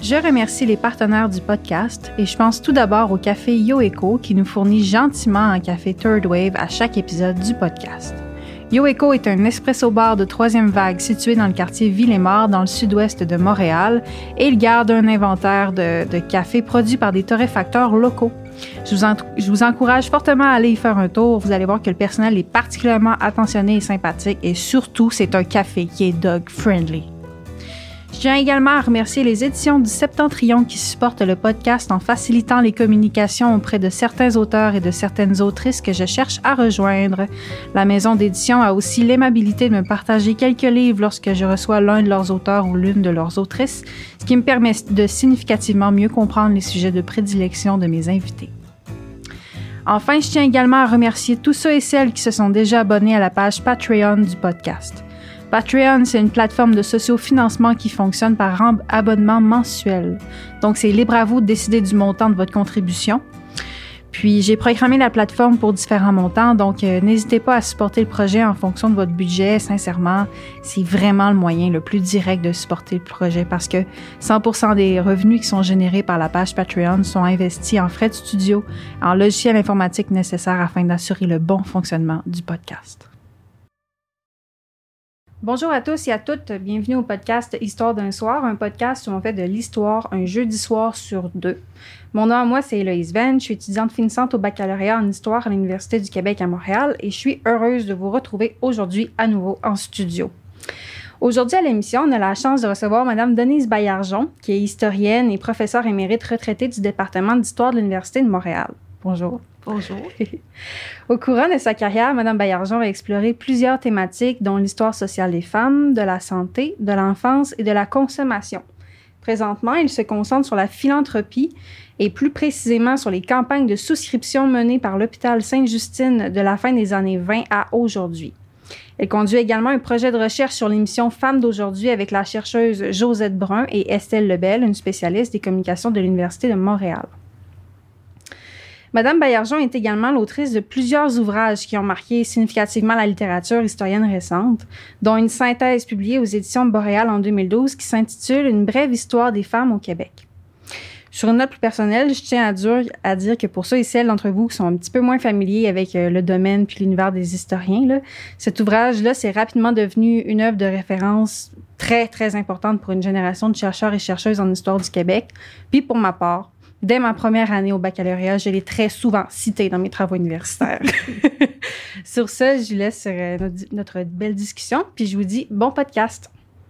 Je remercie les partenaires du podcast et je pense tout d'abord au café YoEco qui nous fournit gentiment un café Third Wave à chaque épisode du podcast. YoEco est un espresso bar de troisième vague situé dans le quartier Ville-et-Mort dans le sud-ouest de Montréal et il garde un inventaire de café produit par des torréfacteurs locaux. Je vous encourage fortement à aller y faire un tour. Vous allez voir que le personnel est particulièrement attentionné et sympathique et surtout, c'est un café qui est dog-friendly. Je tiens également à remercier les éditions du Septentrion qui supportent le podcast en facilitant les communications auprès de certains auteurs et de certaines autrices que je cherche à rejoindre. La maison d'édition a aussi l'aimabilité de me partager quelques livres lorsque je reçois l'un de leurs auteurs ou l'une de leurs autrices, ce qui me permet de significativement mieux comprendre les sujets de prédilection de mes invités. Enfin, je tiens également à remercier tous ceux et celles qui se sont déjà abonnés à la page Patreon du podcast. Patreon, c'est une plateforme de sociofinancement qui fonctionne par abonnement mensuel. Donc, c'est libre à vous de décider du montant de votre contribution. Puis, j'ai programmé la plateforme pour différents montants, donc n'hésitez pas à supporter le projet en fonction de votre budget. Sincèrement, c'est vraiment le moyen le plus direct de supporter le projet parce que 100% des revenus qui sont générés par la page Patreon sont investis en frais de studio, en logiciels informatiques nécessaires afin d'assurer le bon fonctionnement du podcast. Bonjour à tous et à toutes, bienvenue au podcast Histoire d'un soir, un podcast où on fait de l'histoire un jeudi soir sur 2. Mon nom à moi, c'est Héloïse Venn, je suis étudiante finissante au baccalauréat en histoire à l'Université du Québec à Montréal et je suis heureuse de vous retrouver aujourd'hui à nouveau en studio. Aujourd'hui à l'émission, on a la chance de recevoir Mme Denise Baillargeon, qui est historienne et professeure émérite retraitée du département d'histoire de l'Université de Montréal. Bonjour. Bonjour. Au courant de sa carrière, Mme Baillargeon a exploré plusieurs thématiques, dont l'histoire sociale des femmes, de la santé, de l'enfance et de la consommation. Présentement, il se concentre sur la philanthropie et plus précisément sur les campagnes de souscription menées par l'hôpital Sainte-Justine de la fin des années 20 à aujourd'hui. Elle conduit également un projet de recherche sur l'émission Femmes d'aujourd'hui avec la chercheuse Josette Brun et Estelle Lebel, une spécialiste des communications de l'Université de Montréal. Madame Baillargeon est également l'autrice de plusieurs ouvrages qui ont marqué significativement la littérature historienne récente, dont une synthèse publiée aux éditions Boréal en 2012 qui s'intitule « Une brève histoire des femmes au Québec ». Sur une note plus personnelle, je tiens à dire que pour ceux et celles d'entre vous qui sont un petit peu moins familiers avec le domaine puis l'univers des historiens, là, cet ouvrage-là, c'est rapidement devenu une œuvre de référence très, très importante pour une génération de chercheurs et chercheuses en histoire du Québec. Puis pour ma part, dès ma première année au baccalauréat, je l'ai très souvent cité dans mes travaux universitaires. Sur ce, je vous laisse sur notre belle discussion, puis je vous dis bon podcast.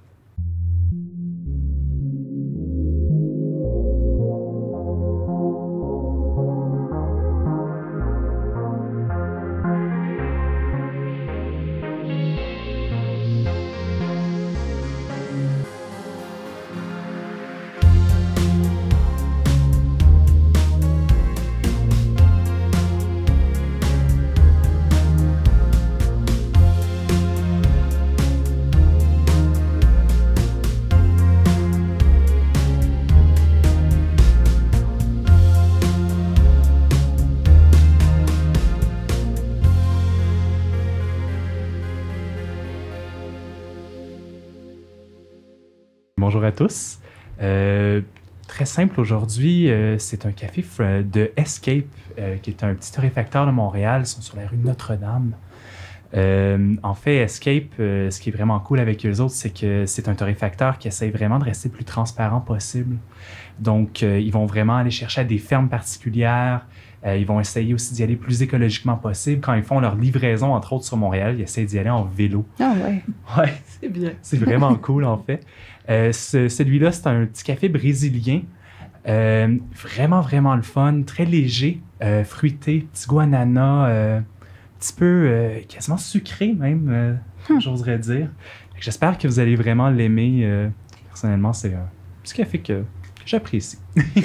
Bonjour à tous. Très simple aujourd'hui, c'est un café de Escape, qui est un petit torréfacteur de Montréal. Ils sont sur la rue Notre-Dame. En fait, Escape, ce qui est vraiment cool avec eux autres, c'est que c'est un torréfacteur qui essaie vraiment de rester le plus transparent possible. Donc, ils vont vraiment aller chercher à des fermes particulières. Ils vont essayer aussi d'y aller plus écologiquement possible. Quand ils font leur livraison, entre autres sur Montréal, ils essaient d'y aller en vélo. Ah ouais. Ouais. C'est bien. C'est vraiment cool, en fait. Celui-là, c'est un petit café brésilien. Vraiment, vraiment le fun. Très léger, fruité, petit goût ananas, petit peu quasiment sucré même, j'oserais dire. J'espère que vous allez vraiment l'aimer. Personnellement, c'est un petit café que j'apprécie.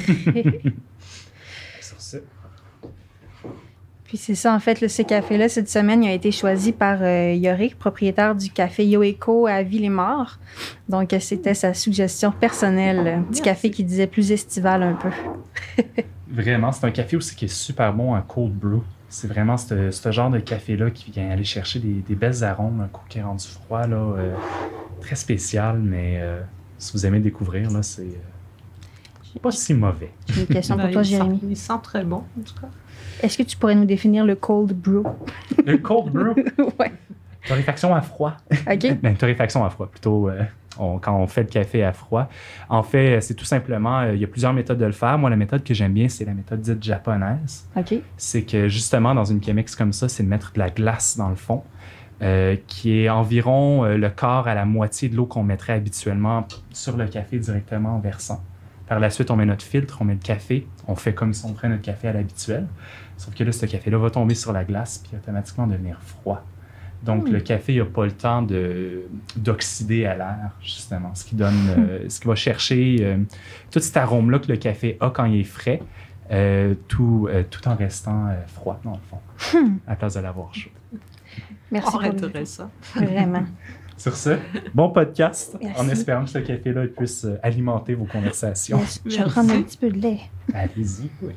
Sur ce. Puis c'est ça, en fait, ce café-là, cette semaine, il a été choisi par Yorick, propriétaire du café YoEco à Ville-et-Mort. Donc, c'était sa suggestion personnelle, un petit café qui disait plus estival un peu. Vraiment, c'est un café aussi qui est super bon en cold brew. C'est vraiment ce genre de café-là qui vient aller chercher des belles arômes, un coup qui est rendu froid, là, très spécial, mais si vous aimez découvrir, là, c'est... pas si mauvais. J'ai une question pour toi, Jérémy. Il sent très bon, en tout cas. Est-ce que tu pourrais nous définir le cold brew? Le cold brew? Ouais. Torréfaction à froid. OK. Ben, torréfaction à froid, plutôt quand on fait le café à froid. En fait, c'est tout simplement, il y a plusieurs méthodes de le faire. Moi, la méthode que j'aime bien, c'est la méthode dite japonaise. OK. C'est que justement, dans une Chemex comme ça, c'est de mettre de la glace dans le fond, qui est environ le quart à la moitié de l'eau qu'on mettrait habituellement sur le café directement en versant. Par la suite, on met notre filtre, on met le café, on fait comme si on prenait notre café à l'habituel. Sauf que là, ce café-là va tomber sur la glace puis automatiquement devenir froid. Donc, le café n'a pas le temps d'oxyder à l'air, justement, ce qui va chercher tout cet arôme-là que le café a quand il est frais, tout en restant froid, dans le fond, à la place de l'avoir chaud. Merci pour ça. Vraiment. Sur ce, bon podcast, Merci. en espérant que ce café-là puisse alimenter vos conversations. Yes. Je vais prendre un petit peu de lait. Allez-y. Oui.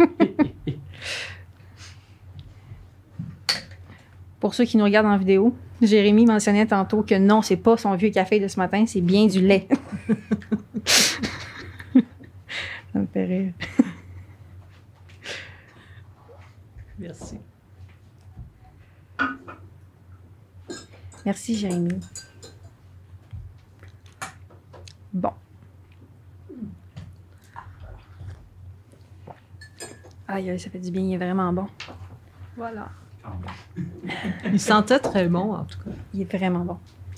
Pour ceux qui nous regardent en vidéo, Jérémy mentionnait tantôt que non, c'est pas son vieux café de ce matin, c'est bien du lait. Ça me fait rire. Merci. Merci, Jérémy. Bon. Aïe, ça fait du bien, il est vraiment bon. Voilà. Il sentait très bon, en tout cas. Il est vraiment bon.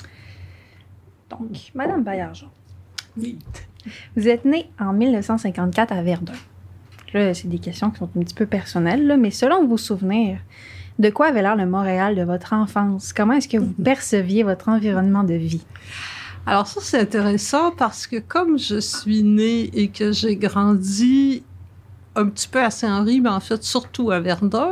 Donc, Madame Baillargeon, Oui. vous êtes née en 1954 à Verdun. Là, c'est des questions qui sont un petit peu personnelles, là, mais selon vos souvenirs, de quoi avait l'air le Montréal de votre enfance? Comment est-ce que vous perceviez votre environnement de vie? Alors ça, c'est intéressant parce que comme je suis née et que j'ai grandi un petit peu à Saint-Henri, mais en fait surtout à Verdun,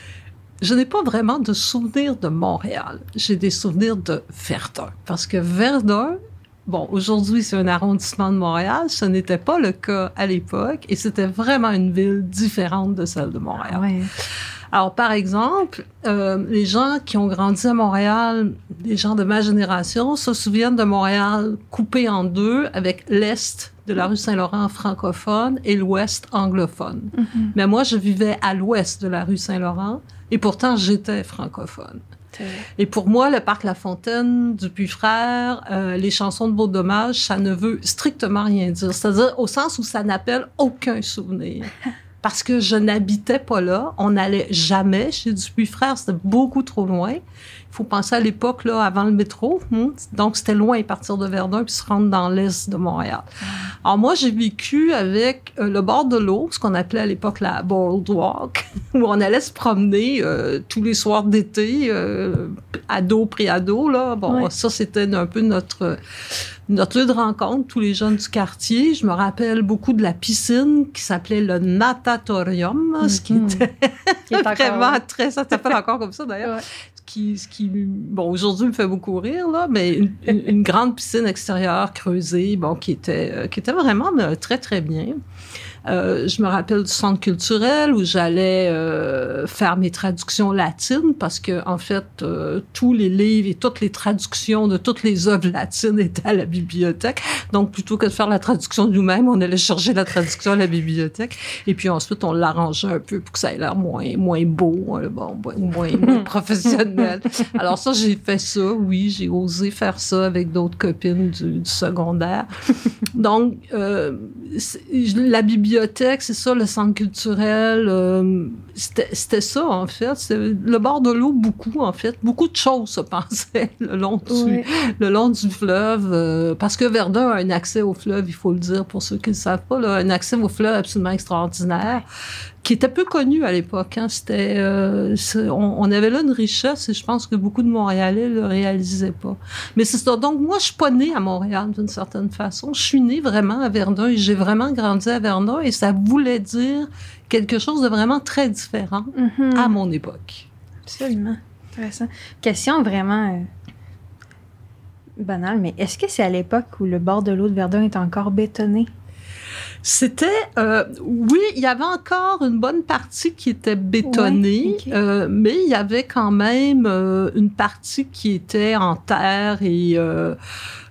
je n'ai pas vraiment de souvenirs de Montréal. J'ai des souvenirs de Verdun. Parce que Verdun, bon, aujourd'hui, c'est un arrondissement de Montréal. Ce n'était pas le cas à l'époque et c'était vraiment une ville différente de celle de Montréal. Ouais. Alors, par exemple, les gens qui ont grandi à Montréal, les gens de ma génération, se souviennent de Montréal coupé en deux avec l'est de la rue Saint-Laurent francophone et l'ouest anglophone. Mm-hmm. Mais moi, je vivais à l'ouest de la rue Saint-Laurent et pourtant, j'étais francophone. Et pour moi, le parc La Fontaine, Dupuis-Frères, les chansons de Beau Dommage, ça ne veut strictement rien dire. C'est-à-dire au sens où ça n'appelle aucun souvenir. Parce que je n'habitais pas là. On n'allait jamais chez Dupuis-Frères. C'était beaucoup trop loin. Il faut penser à l'époque, là, avant le métro. Donc, c'était loin, partir de Verdun puis se rendre dans l'est de Montréal. Alors, moi, j'ai vécu avec le bord de l'eau, ce qu'on appelait à l'époque la Boardwalk, où on allait se promener tous les soirs d'été, ado, pré-ado, là. Bon, ouais. Ça, c'était un peu notre lieu de rencontre, tous les jeunes du quartier. Je me rappelle beaucoup de la piscine qui s'appelait le natatorium, ce qui était vraiment très... Ça s'appelle encore comme ça, d'ailleurs. Ouais. Qui, bon, aujourd'hui me fait beaucoup rire, là, mais une grande piscine extérieure creusée, bon, qui était vraiment très, très bien. Je me rappelle du centre culturel où j'allais faire mes traductions latines parce que, en fait, tous les livres et toutes les traductions de toutes les œuvres latines étaient à la bibliothèque. Donc, plutôt que de faire la traduction nous-mêmes, on allait chercher la traduction à la bibliothèque. Et puis ensuite, on l'arrangeait un peu pour que ça ait l'air moins beau, bon, moins professionnel. Alors ça, j'ai fait ça, oui, j'ai osé faire ça avec d'autres copines du secondaire. Donc, la bibliothèque, c'est ça, le centre culturel, c'était ça, en fait. C'était le bord de l'eau, beaucoup, en fait. Beaucoup de choses se passaient le long du fleuve, parce que Verdun a un accès au fleuve, il faut le dire, pour ceux qui ne le savent pas, là, un accès au fleuve absolument extraordinaire, qui était peu connu à l'époque. Hein. On avait là une richesse et je pense que beaucoup de Montréalais le réalisaient pas. Mais c'est ça. Donc, moi, je suis pas née à Montréal d'une certaine façon. Je suis née vraiment à Verdun et j'ai vraiment grandi à Verdun et ça voulait dire quelque chose de vraiment très différent à mon époque. Absolument. Intéressant. Question vraiment banale, mais est-ce que c'est à l'époque où le bord de l'eau de Verdun est encore bétonné? C'était, oui, il y avait encore une bonne partie qui était bétonnée, mais il y avait quand même une partie qui était en terre et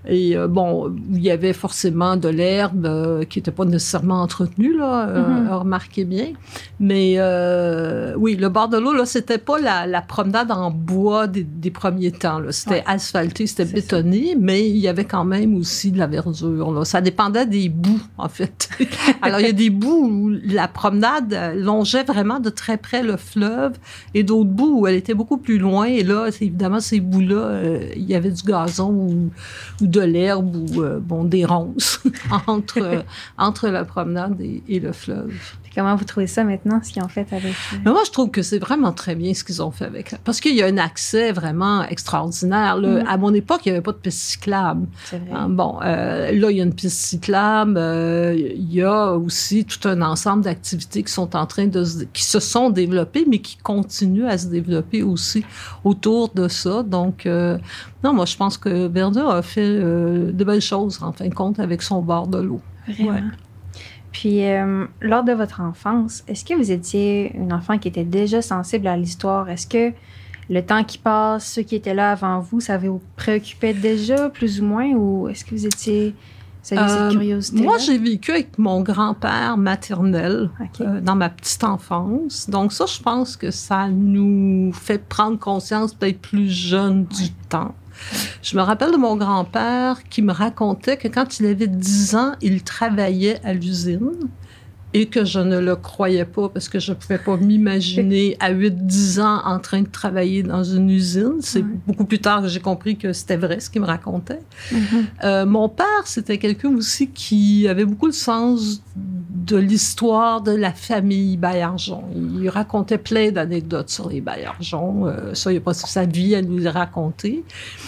Et bon, il y avait forcément de l'herbe qui n'était pas nécessairement entretenue, là, remarquez bien. Mais oui, le bord de l'eau, là, c'était pas la promenade en bois des premiers temps. Là. C'était asphalté, c'était bétonné, mais il y avait quand même aussi de la verdure. Là. Ça dépendait des bouts, en fait. Alors, il y a des bouts où la promenade longeait vraiment de très près le fleuve et d'autres bouts où elle était beaucoup plus loin. Et là, évidemment, ces bouts-là, il y avait du gazon ou de l'herbe ou bon, des ronces entre la promenade et le fleuve. Comment vous trouvez ça maintenant, ce qu'ils ont fait avec... Mais moi, je trouve que c'est vraiment très bien ce qu'ils ont fait avec. Parce qu'il y a un accès vraiment extraordinaire. Là. À mon époque, il n'y avait pas de piste cyclable. C'est vrai. Bon, là, il y a une piste cyclable. Il y a aussi tout un ensemble d'activités qui sont en train qui se sont développées, mais qui continuent à se développer aussi autour de ça. Donc, non, moi, je pense que Verdun a fait de belles choses, en fin de compte, avec son bord de l'eau. Vraiment. Ouais. Puis, lors de votre enfance, est-ce que vous étiez une enfant qui était déjà sensible à l'histoire? Est-ce que le temps qui passe, ceux qui étaient là avant vous, ça vous préoccupait déjà, plus ou moins? Ou est-ce que vous aviez cette curiosité-là? Moi, j'ai vécu avec mon grand-père maternel dans ma petite enfance. Donc ça, je pense que ça nous fait prendre conscience peut-être plus jeune du temps. Je me rappelle de mon grand-père qui me racontait que quand il avait 10 ans, il travaillait à l'usine et que je ne le croyais pas parce que je ne pouvais pas m'imaginer à 8-10 ans en train de travailler dans une usine. C'est beaucoup plus tard que j'ai compris que c'était vrai ce qu'il me racontait. Mon père, c'était quelqu'un aussi qui avait beaucoup le sens de l'histoire de la famille Baillargeon. Il racontait plein d'anecdotes sur les Baillargeon. Ça, il n'y a pas sa vie à nous les raconter.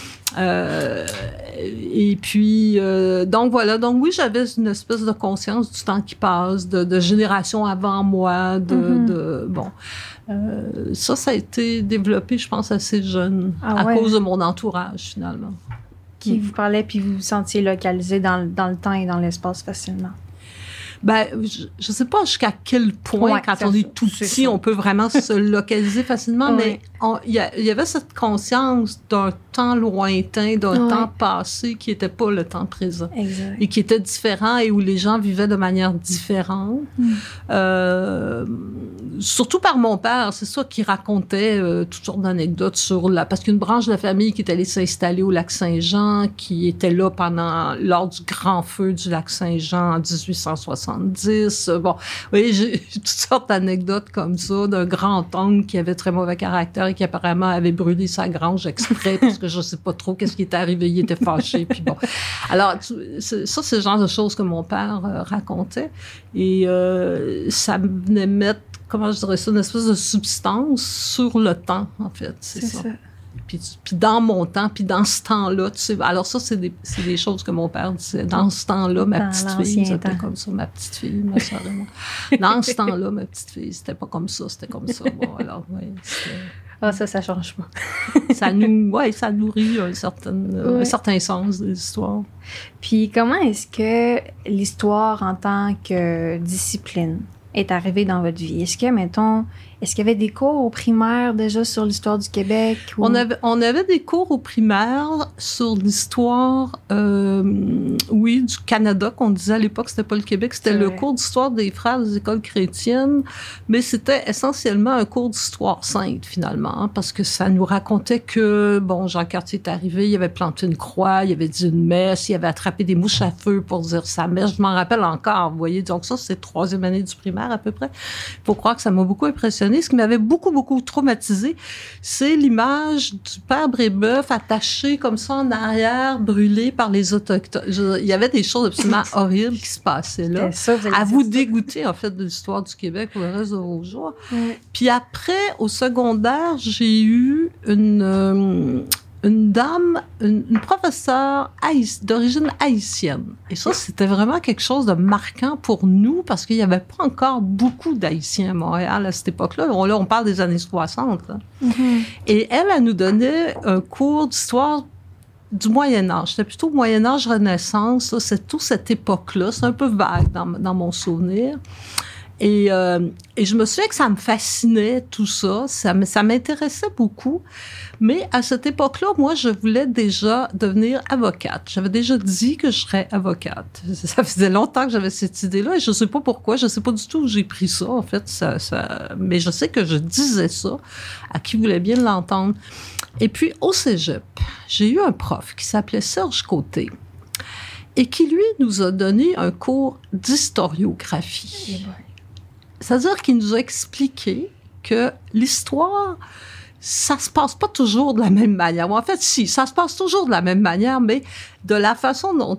Et puis, donc voilà. Donc oui, j'avais une espèce de conscience du temps qui passe, de génération avant moi, bon. Ça a été développé, je pense, assez jeune, cause de mon entourage, finalement. Qui vous parlait, puis vous vous sentiez localisé dans le temps et dans l'espace facilement. Ben, je sais pas jusqu'à quel point, quand on est tout petit, on peut vraiment se localiser facilement, mais il y avait cette conscience d'un temps lointain, d'un temps passé qui n'était pas le temps présent. Exact. Et qui était différent et où les gens vivaient de manière différente. Surtout par mon père, c'est ça qui racontait toutes sortes d'anecdotes sur parce qu'une branche de la famille qui est allée s'installer au lac Saint-Jean, qui était là lors du grand feu du lac Saint-Jean en 1870. Bon, oui, j'ai toutes sortes d'anecdotes comme ça d'un grand-oncle qui avait très mauvais caractère et qui apparemment avait brûlé sa grange exprès parce que je sais pas trop qu'est-ce qui était arrivé, il était fâché, puis bon. Alors, ça, c'est le genre de choses que mon père racontait et ça venait mettre, comment je dirais ça, une espèce de substance sur le temps, en fait, c'est ça. Puis dans mon temps, puis dans ce temps-là, tu sais, alors ça, c'est des choses que mon père disait. Dans ce temps-là, ma petite fille, c'était comme ça, ma petite fille, ma soeur et moi. Dans ce temps-là, ma petite fille, c'était pas comme ça, c'était comme ça. Bon, alors, ça change pas. ça nourrit un certain sens de l'histoire. Puis comment est-ce que l'histoire en tant que discipline est arrivée dans votre vie? Est-ce qu'il y avait des cours au primaire déjà sur l'histoire du Québec? Ou... On avait des cours au primaire sur l'histoire, du Canada, qu'on disait à l'époque, c'était pas le Québec, c'était le cours d'histoire des frères des écoles chrétiennes, mais c'était essentiellement un cours d'histoire sainte, finalement, hein, parce que ça nous racontait que, bon, Jean Cartier est arrivé, il avait planté une croix, il avait dit une messe, il avait attrapé des mouches à feu pour dire sa messe, je m'en rappelle encore, vous voyez, donc ça, c'est 3e année du primaire, à peu près. Il faut croire que ça m'a beaucoup impressionné. Ce qui m'avait beaucoup, beaucoup traumatisé, c'est l'image du père Brébeuf attaché comme ça en arrière, brûlé par les Autochtones. Il y avait des choses absolument horribles qui se passaient là. Ça, à vous dégoûter, en fait, de l'histoire du Québec pour le reste de vos jours. Puis après, au secondaire, j'ai eu une dame, une professeure d'origine haïtienne. Et ça, c'était vraiment quelque chose de marquant pour nous parce qu'il n'y avait pas encore beaucoup d'Haïtiens à Montréal à cette époque-là. Là, on parle des années 60. Là. Et elle nous donnait un cours d'histoire du Moyen-Âge. C'était plutôt Moyen-Âge, Renaissance. C'est toute cette époque-là. C'est un peu vague dans mon souvenir. Et je me souviens que ça me fascinait, tout ça. Ça m'intéressait beaucoup. Mais à cette époque-là, moi, je voulais déjà devenir avocate. J'avais déjà dit que je serais avocate. Ça faisait longtemps que j'avais cette idée-là et je sais pas pourquoi. Je sais pas du tout où j'ai pris ça, en fait. Mais je sais que je disais ça à qui voulait bien l'entendre. Et puis, au cégep, j'ai eu un prof qui s'appelait Serge Côté et qui, lui, nous a donné un cours d'historiographie. C'est-à-dire qu'il nous a expliqué que l'histoire, ça se passe pas toujours de la même manière. En fait, si, ça se passe toujours de la même manière, mais de la façon dont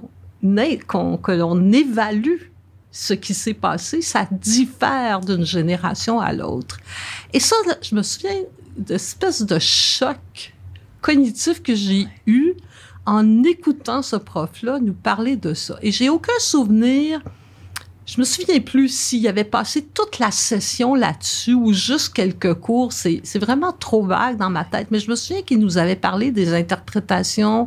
que l'on évalue ce qui s'est passé, ça diffère d'une génération à l'autre. Et ça, je me souviens d'espèce de choc cognitif que j'ai eu en écoutant ce prof-là nous parler de ça. Et j'ai aucun souvenir. Je me souviens plus s'il avait passé toute la session là-dessus ou juste quelques cours. C'est vraiment trop vague dans ma tête. Mais je me souviens qu'il nous avait parlé des interprétations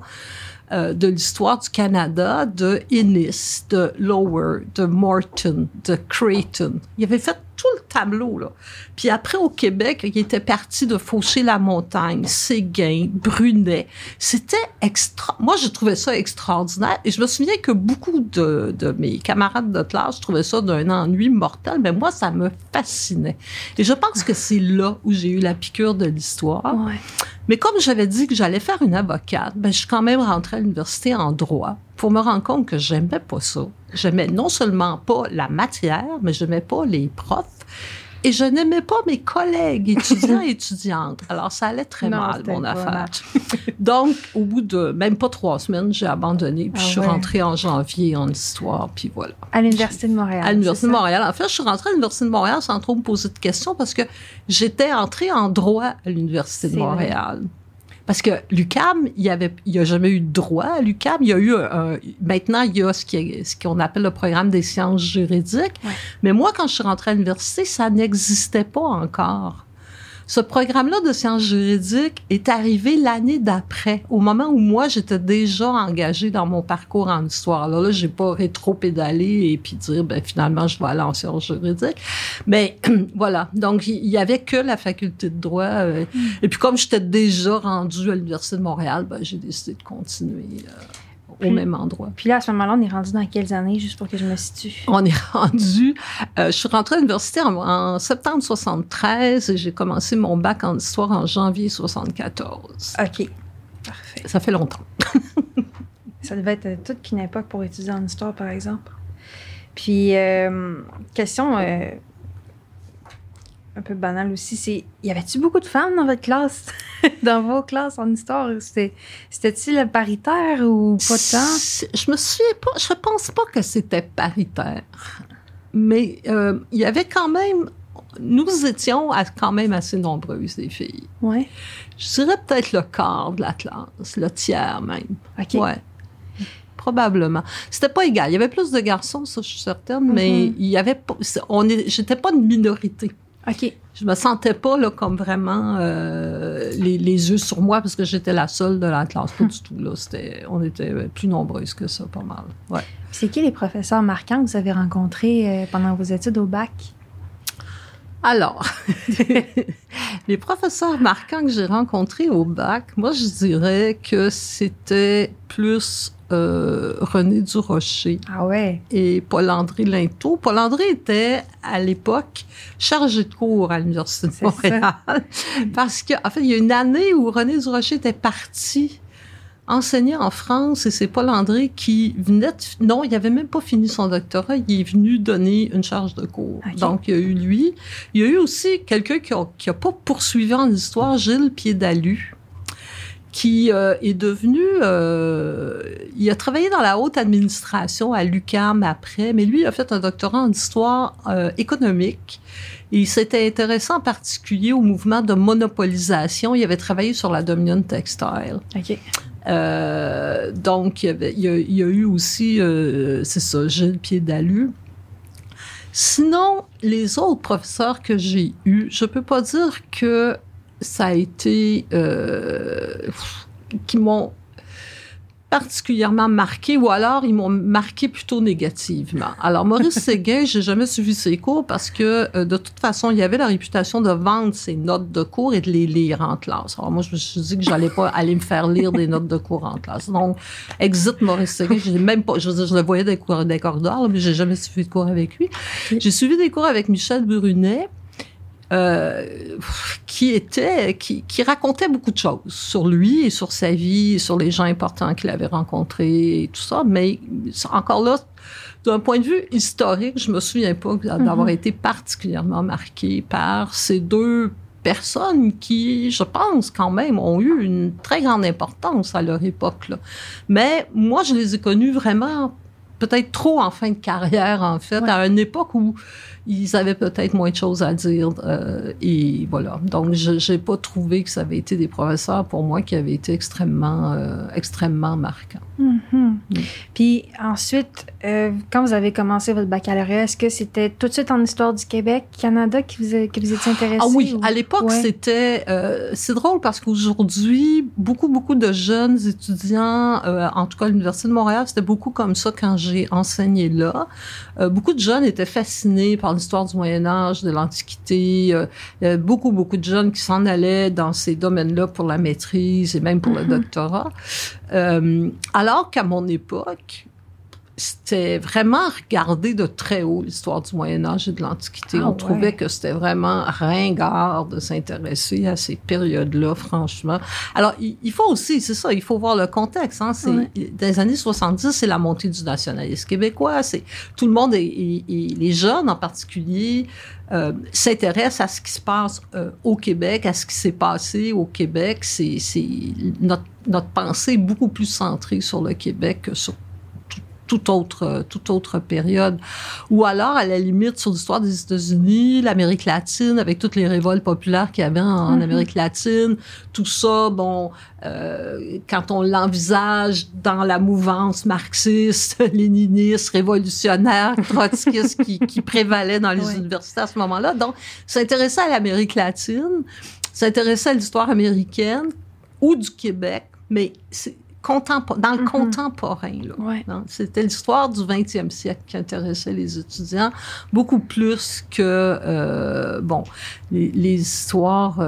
de l'histoire du Canada, de Innis, de Lower, de Morton, de Creighton. Il avait fait tout le tableau, là. Puis après, au Québec, il était parti de Faucher-la-Montagne, Séguin, Brunet. C'était Moi, je trouvais ça extraordinaire. Et je me souviens que beaucoup de mes camarades de classe trouvaient ça d'un ennui mortel, mais moi, ça me fascinait. Et je pense que c'est là où j'ai eu la piqûre de l'histoire. Ouais. Mais comme j'avais dit que j'allais faire une avocate, ben, je suis quand même rentrée à l'université en droit pour me rendre compte que j'aimais pas ça. J'aimais non seulement pas la matière, mais j'aimais pas les profs et je n'aimais pas mes collègues étudiants et étudiantes. Alors, ça allait très mal, mon affaire. Donc, au bout de même pas 3 semaines, j'ai abandonné puis je suis rentrée en janvier en histoire, puis voilà. À l'Université de Montréal. À l'Université de Montréal. En fait, je suis rentrée à l'Université de Montréal sans trop me poser de questions parce que j'étais entrée en droit à l'Université de Montréal. Vrai. Parce que l'UQAM, il y a jamais eu de droit à l'UQAM. Il y a eu maintenant, il y a ce qu'on appelle le programme des sciences juridiques. Ouais. Mais moi, quand je suis rentrée à l'université, ça n'existait pas encore. Ce programme-là de sciences juridiques est arrivé l'année d'après, au moment où moi, j'étais déjà engagée dans mon parcours en histoire. Alors là, j'ai pas rétro-pédalé et puis dire, ben finalement, je vais aller en sciences juridiques. Mais voilà, donc il y avait que la faculté de droit. Et puis comme j'étais déjà rendue à l'Université de Montréal, ben j'ai décidé de continuer au même endroit. Puis là, à ce moment-là, on est rendu dans quelles années, juste pour que je me situe? On est rendu... je suis rentrée à l'université en septembre 73 et j'ai commencé mon bac en histoire en janvier 74. OK. Parfait. Ça fait longtemps. Ça devait être toute qu'une époque pour étudier en histoire, par exemple. Puis, question un peu banale aussi, c'est... Y avait-tu beaucoup de femmes dans votre classe? Dans vos classes en histoire? C'était-il paritaire ou pas tant? Je me souviens pas. Je pense pas que c'était paritaire. Mais il y avait quand même... Nous étions quand même assez nombreuses, les filles. Oui. Je dirais peut-être le quart de la classe, le tiers même. OK. Ouais. Probablement. C'était pas égal. Il y avait plus de garçons, ça, je suis certaine, mais il y avait pas... J'étais pas une minorité. OK. Je me sentais pas là, comme vraiment les yeux sur moi parce que j'étais la seule de la classe. Pas du tout. Là. On était plus nombreuses que ça, pas mal. Ouais. C'est qui les professeurs marquants que vous avez rencontrés pendant vos études au bac? Alors, les professeurs marquants que j'ai rencontrés au bac, moi, je dirais que c'était plus René Durocher. Ah ouais. Et Paul-André Linteau. Paul-André était, à l'époque, chargé de cours à l'Université de Montréal. Parce que, en fait, il y a une année où René Durocher était parti enseigner en France et c'est Paul-André qui venait non, il avait même pas fini son doctorat, il est venu donner une charge de cours. Okay. Donc, il y a eu lui. Il y a eu aussi quelqu'un qui a pas poursuivi en histoire, Gilles Piédalu, qui est devenu... il a travaillé dans la haute administration à l'UQAM après, mais lui, il a fait un doctorat en histoire économique. Et il s'était intéressé en particulier au mouvement de monopolisation. Il avait travaillé sur la Dominion Textile. OK. Donc, il y a eu aussi, c'est ça, Gilles Piédalu. Sinon, les autres professeurs que j'ai eus, je peux pas dire que ça a été... qui m'ont particulièrement marqué, ou alors ils m'ont marqué plutôt négativement. Alors, Maurice Séguin, j'ai jamais suivi ses cours parce que, de toute façon, il avait la réputation de vendre ses notes de cours et de les lire en classe. Alors, moi, je me suis dit que j'allais pas aller me faire lire des notes de cours en classe. Donc, exit Maurice Séguin, j'ai même pas, je veux dire, je le voyais des corridors, là, mais j'ai jamais suivi de cours avec lui. J'ai suivi des cours avec Michel Brunet, qui racontait beaucoup de choses sur lui et sur sa vie, et sur les gens importants qu'il avait rencontrés et tout ça. Mais encore là, d'un point de vue historique, je me souviens pas d'avoir été particulièrement marqué par ces deux personnes qui, je pense, quand même, ont eu une très grande importance à leur époque, là. Mais moi, je les ai connus vraiment peut-être trop en fin de carrière, en fait, à une époque où ils avaient peut-être moins de choses à dire. Et voilà. Donc, je n'ai pas trouvé que ça avait été des professeurs, pour moi, qui avaient été extrêmement marquants. Puis ensuite, quand vous avez commencé votre baccalauréat, est-ce que c'était tout de suite en histoire du Québec, Canada, que vous étiez intéressé? Ah oui, à l'époque, c'était... c'est drôle parce qu'aujourd'hui, beaucoup de jeunes étudiants, en tout cas à l'Université de Montréal, c'était beaucoup comme ça quand j'ai enseigné là. Beaucoup de jeunes étaient fascinés par l'histoire du Moyen-Âge, de l'Antiquité. Il y avait beaucoup de jeunes qui s'en allaient dans ces domaines-là pour la maîtrise et même pour le doctorat. Alors qu'à mon époque, c'était vraiment regardé de très haut, l'histoire du Moyen-Âge et de l'Antiquité. On trouvait que c'était vraiment ringard de s'intéresser à ces périodes-là, franchement. Alors, il faut aussi, c'est ça, il faut voir le contexte. Hein. Dans les années 70, c'est la montée du nationalisme québécois. C'est tout le monde, et les jeunes en particulier, s'intéressent à ce qui se passe au Québec, à ce qui s'est passé au Québec. C'est notre pensée est beaucoup plus centrée sur le Québec que sur toute autre période. Ou alors, à la limite, sur l'histoire des États-Unis, l'Amérique latine, avec toutes les révoltes populaires qu'il y avait en Amérique latine, tout ça, bon, quand on l'envisage dans la mouvance marxiste, léniniste, révolutionnaire, trotskiste qui prévalait dans les universités à ce moment-là. Donc, s'intéresser à l'Amérique latine, s'intéresser à l'histoire américaine ou du Québec, mais c'est dans le contemporain. Là, c'était l'histoire du 20e siècle qui intéressait les étudiants, beaucoup plus que les histoires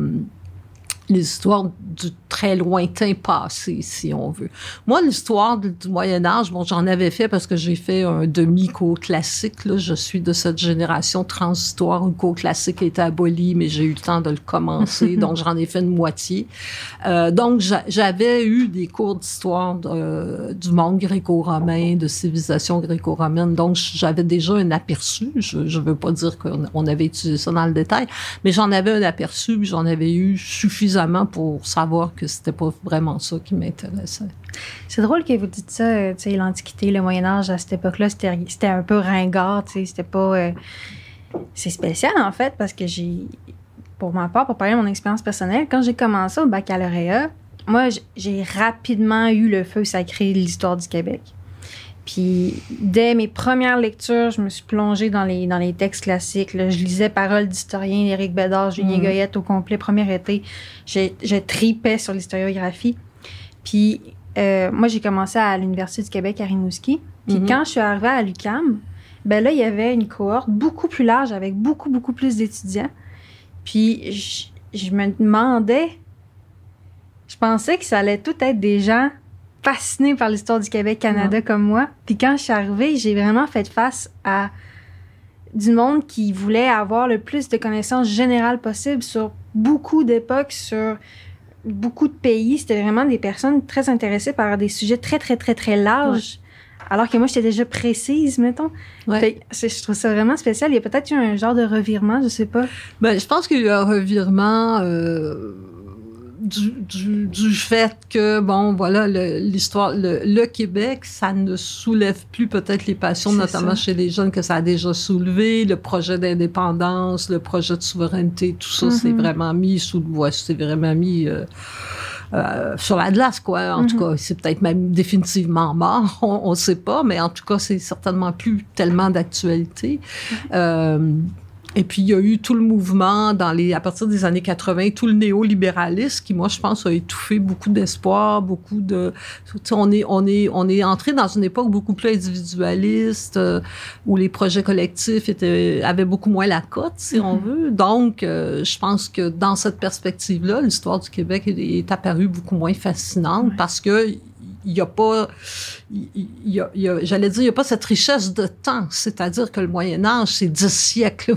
du très lointain passé, si on veut. Moi, l'histoire du Moyen-Âge, bon, j'en avais fait parce que j'ai fait un demi-cours classique. Là. Je suis de cette génération transitoire où le cours classique a été aboli, mais j'ai eu le temps de le commencer, donc j'en ai fait une moitié. Donc, j'avais eu des cours d'histoire du monde gréco-romain, de civilisation gréco-romaine, donc j'avais déjà un aperçu. Je veux pas dire qu'on avait utilisé ça dans le détail, mais j'en avais un aperçu, puis j'en avais eu suffisamment pour savoir que c'était pas vraiment ça qui m'intéressait. C'est drôle que vous dites ça, tu sais, l'Antiquité, le Moyen-Âge, à cette époque-là, c'était un peu ringard, tu sais, c'était pas... c'est spécial, en fait, parce que pour ma part, pour parler de mon expérience personnelle, quand j'ai commencé au baccalauréat, moi, j'ai rapidement eu le feu sacré de l'histoire du Québec. Puis, dès mes premières lectures, je me suis plongée dans les textes classiques. Là. Je lisais Paroles d'historien d'Éric Bédard, Julien Goyette au complet, premier été. Je tripais sur l'historiographie. Puis, moi, j'ai commencé à l'Université du Québec à Rimouski. Puis, quand je suis arrivée à l'UQAM, ben là, il y avait une cohorte beaucoup plus large avec beaucoup plus d'étudiants. Puis, je me demandais... Je pensais que ça allait tout être des gens fascinée par l'histoire du Québec-Canada comme moi. Puis quand je suis arrivée, j'ai vraiment fait face à du monde qui voulait avoir le plus de connaissances générales possibles sur beaucoup d'époques, sur beaucoup de pays. C'était vraiment des personnes très intéressées par des sujets très larges. Alors que moi, j'étais déjà précise, mettons. Fait, je trouve ça vraiment spécial. Il y a peut-être eu un genre de revirement, je sais pas. Ben, je pense qu'il y a eu un revirement... du fait que, bon, voilà, l'histoire, le Québec, ça ne soulève plus peut-être les passions, notamment chez les jeunes, que ça a déjà soulevé. Le projet d'indépendance, le projet de souveraineté, tout ça, c'est vraiment mis sous le bois, c'est vraiment mis sur la glace, quoi. En tout cas, c'est peut-être même définitivement mort, on ne sait pas, mais en tout cas, c'est certainement plus tellement d'actualité. Et puis, il y a eu tout le mouvement à partir des années 80, tout le néolibéralisme qui, moi, je pense, a étouffé beaucoup d'espoir, beaucoup de... On est entré dans une époque beaucoup plus individualiste, où les projets collectifs avaient beaucoup moins la cote, si on veut. Donc, je pense que dans cette perspective-là, l'histoire du Québec est apparue beaucoup moins fascinante parce que il y a pas, j'allais dire, il y a pas cette richesse de temps. C'est-à-dire que le Moyen-Âge, c'est 10 siècles.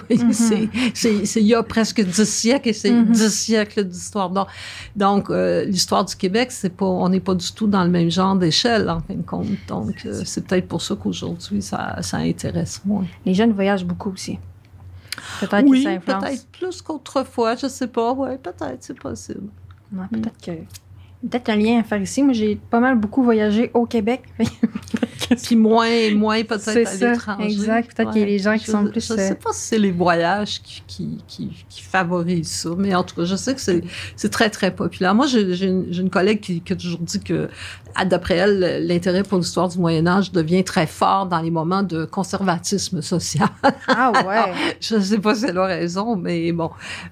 Il y a presque 10 siècles et c'est 10 siècles d'histoire. Donc, l'histoire du Québec, on n'est pas du tout dans le même genre d'échelle, en fin de compte. Donc, c'est peut-être pour ça qu'aujourd'hui, ça intéresse moins. Les jeunes voyagent beaucoup aussi. Peut-être oui, que ça influence. Peut-être plus qu'autrefois, je sais pas. Ouais, peut-être, c'est possible. Ouais, peut-être un lien à faire ici. Moi, j'ai pas mal beaucoup voyagé au Québec. Puis moins peut-être à l'étranger. Exact. Peut-être qu'il y a les gens qui sont plus... Je sais pas si c'est les voyages qui favorisent ça, mais en tout cas, je sais que c'est très, très populaire. Moi, j'ai une collègue qui a toujours dit que, d'après elle, l'intérêt pour l'histoire du Moyen-Âge devient très fort dans les moments de conservatisme social. Ah ouais! Alors, je sais pas si elle a raison, mais bon.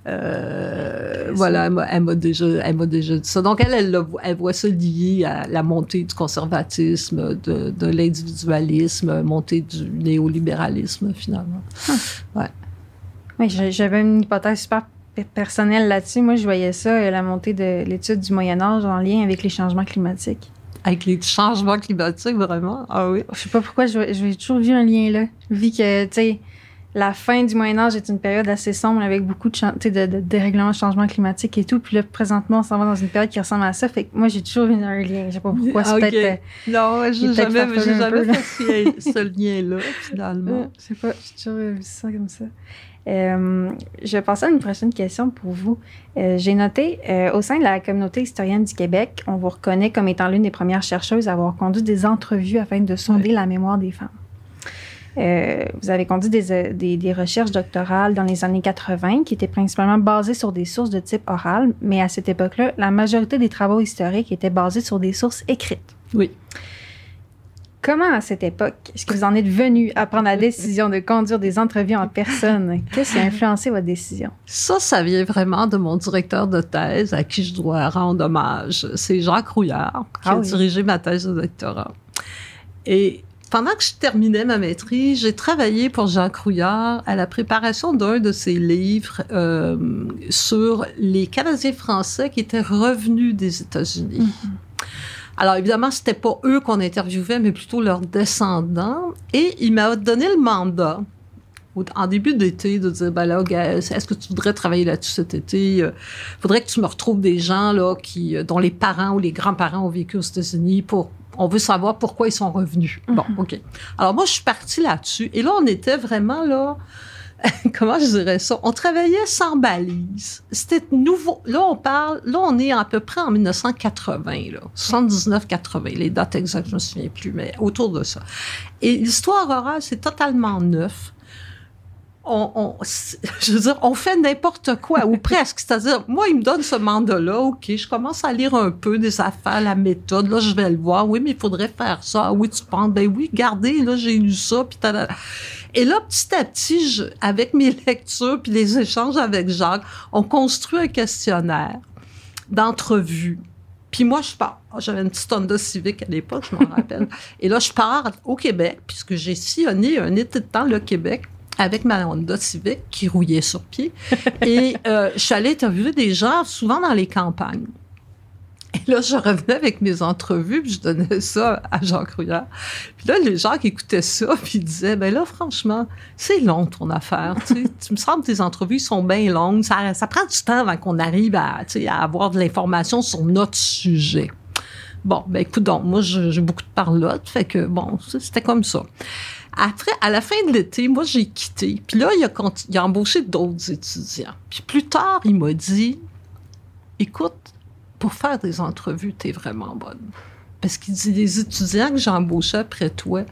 Voilà, elle m'a déjà dit ça. Donc, elle voit ça lié à la montée du conservatisme, de l'individualisme, montée du néolibéralisme, finalement. Ouais. Oui, j'avais une hypothèse super personnelle là-dessus. Moi, je voyais ça, la montée de l'étude du Moyen-Âge en lien avec les changements climatiques. Avec les changements climatiques, vraiment? Ah oui? Je sais pas pourquoi, j'ai toujours vu un lien là. Vu que, tu sais, la fin du Moyen-Âge est une période assez sombre avec beaucoup de dérèglements, de changements climatiques et tout. Puis là, présentement, on s'en va dans une période qui ressemble à ça. Fait que moi, j'ai toujours vu un lien. Je sais pas pourquoi. C'est peut-être... Non, j'ai jamais fait ce lien-là, finalement. Je sais pas, j'ai toujours vu ça comme ça. Je vais passer à une prochaine question pour vous. J'ai noté, au sein de la communauté historienne du Québec, on vous reconnaît comme étant l'une des premières chercheuses à avoir conduit des entrevues afin de sonder la mémoire des femmes. Vous avez conduit des recherches doctorales dans les années 80 qui étaient principalement basées sur des sources de type oral, mais à cette époque-là, la majorité des travaux historiques étaient basés sur des sources écrites. Oui. Comment, à cette époque, est-ce que vous en êtes venu à prendre la décision de conduire des entrevues en personne? Qu'est-ce qui a influencé votre décision? Ça vient vraiment de mon directeur de thèse à qui je dois rendre hommage. C'est Jacques Rouillard qui a dirigé ma thèse de doctorat. Et pendant que je terminais ma maîtrise, j'ai travaillé pour Jacques Rouillard à la préparation d'un de ses livres sur les Canadiens français qui étaient revenus des États-Unis. Mm-hmm. Alors, évidemment, c'était pas eux qu'on interviewait, mais plutôt leurs descendants. Et il m'a donné le mandat, en début d'été, de dire, ben là, est-ce que tu voudrais travailler là-dessus cet été? Faudrait que tu me retrouves des gens, là, dont les parents ou les grands-parents ont vécu aux États-Unis on veut savoir pourquoi ils sont revenus. Mm-hmm. Bon, OK. Alors, moi, je suis partie là-dessus. Et là, on était vraiment, là, comment je dirais ça? On travaillait sans balise. C'était nouveau. Là, on est à peu près en 1980, là. 79-80. Les dates exactes, je me souviens plus, mais autour de ça. Et l'histoire orale, c'est totalement neuf. Je veux dire, on fait n'importe quoi, ou presque. C'est-à-dire, moi, il me donne ce mandat-là, OK, je commence à lire un peu des affaires, la méthode, là, je vais le voir. Oui, mais il faudrait faire ça. Ah oui, tu penses? Ben oui, regardez, là, j'ai lu ça, puis Et là, petit à petit, avec mes lectures puis les échanges avec Jacques, on construit un questionnaire d'entrevue. Puis moi, je pars. J'avais une petite Honda Civic à l'époque, je m'en rappelle. Et là, je pars au Québec, puisque j'ai sillonné un été de temps le Québec avec ma Honda Civic qui rouillait sur pied. Et je suis allée interviewer des gens, souvent dans les campagnes. Et là, je revenais avec mes entrevues, puis je donnais ça à Jacques Rouillard. Puis là, les gens qui écoutaient ça, puis ils disaient, ben là, franchement, c'est long ton affaire. Tu me semble que tes entrevues sont bien longues. Ça prend du temps avant qu'on arrive à avoir de l'information sur notre sujet. Bon, ben écoute donc, moi, j'ai beaucoup de parlotte, fait que bon, c'était comme ça. Après, à la fin de l'été, moi, j'ai quitté. Puis là, il a embauché d'autres étudiants. Puis plus tard, il m'a dit, écoute, pour faire des entrevues, t'es vraiment bonne. Parce qu'il dit, les étudiants que j'ai embauchés après toi,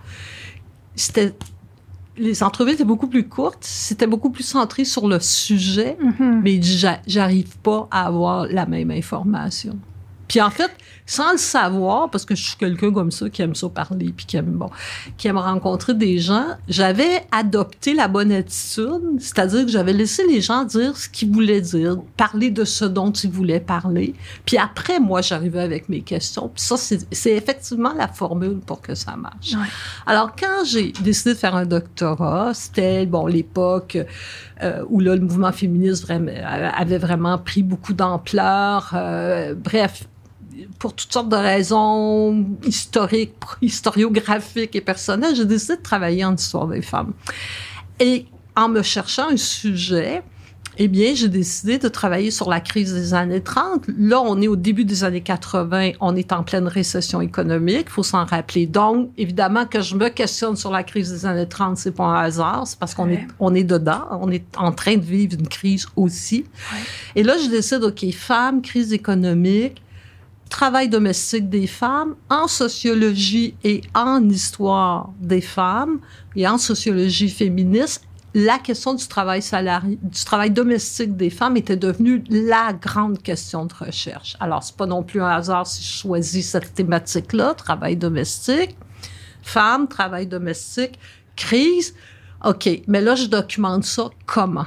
les entrevues étaient beaucoup plus courtes, c'était beaucoup plus centré sur le sujet, mais il dit, j'arrive pas à avoir la même information. Puis en fait, sans le savoir, parce que je suis quelqu'un comme ça qui aime ça parler, puis qui aime rencontrer des gens, j'avais adopté la bonne attitude, c'est-à-dire que j'avais laissé les gens dire ce qu'ils voulaient dire, parler de ce dont ils voulaient parler. Puis après, moi, j'arrivais avec mes questions. Puis ça, c'est effectivement la formule pour que ça marche. Ouais. Alors, quand j'ai décidé de faire un doctorat, c'était, l'époque où là, le mouvement féministe avait vraiment pris beaucoup d'ampleur. Bref, pour toutes sortes de raisons historiques, historiographiques et personnelles, j'ai décidé de travailler en histoire des femmes. Et en me cherchant un sujet, eh bien, j'ai décidé de travailler sur la crise des années 30. Là, on est au début des années 80, on est en pleine récession économique, il faut s'en rappeler. Donc, évidemment, que je me questionne sur la crise des années 30, c'est pas un hasard, c'est parce qu'on est dedans, on est en train de vivre une crise aussi. Ouais. Et là, je décide, OK, femmes, crise économique, travail domestique des femmes, en sociologie et en histoire des femmes et en sociologie féministe, la question du travail salarié, du travail domestique des femmes était devenue la grande question de recherche. Alors, c'est pas non plus un hasard si je choisis cette thématique-là, travail domestique, femmes, travail domestique, crise. OK, mais là, je documente ça comment?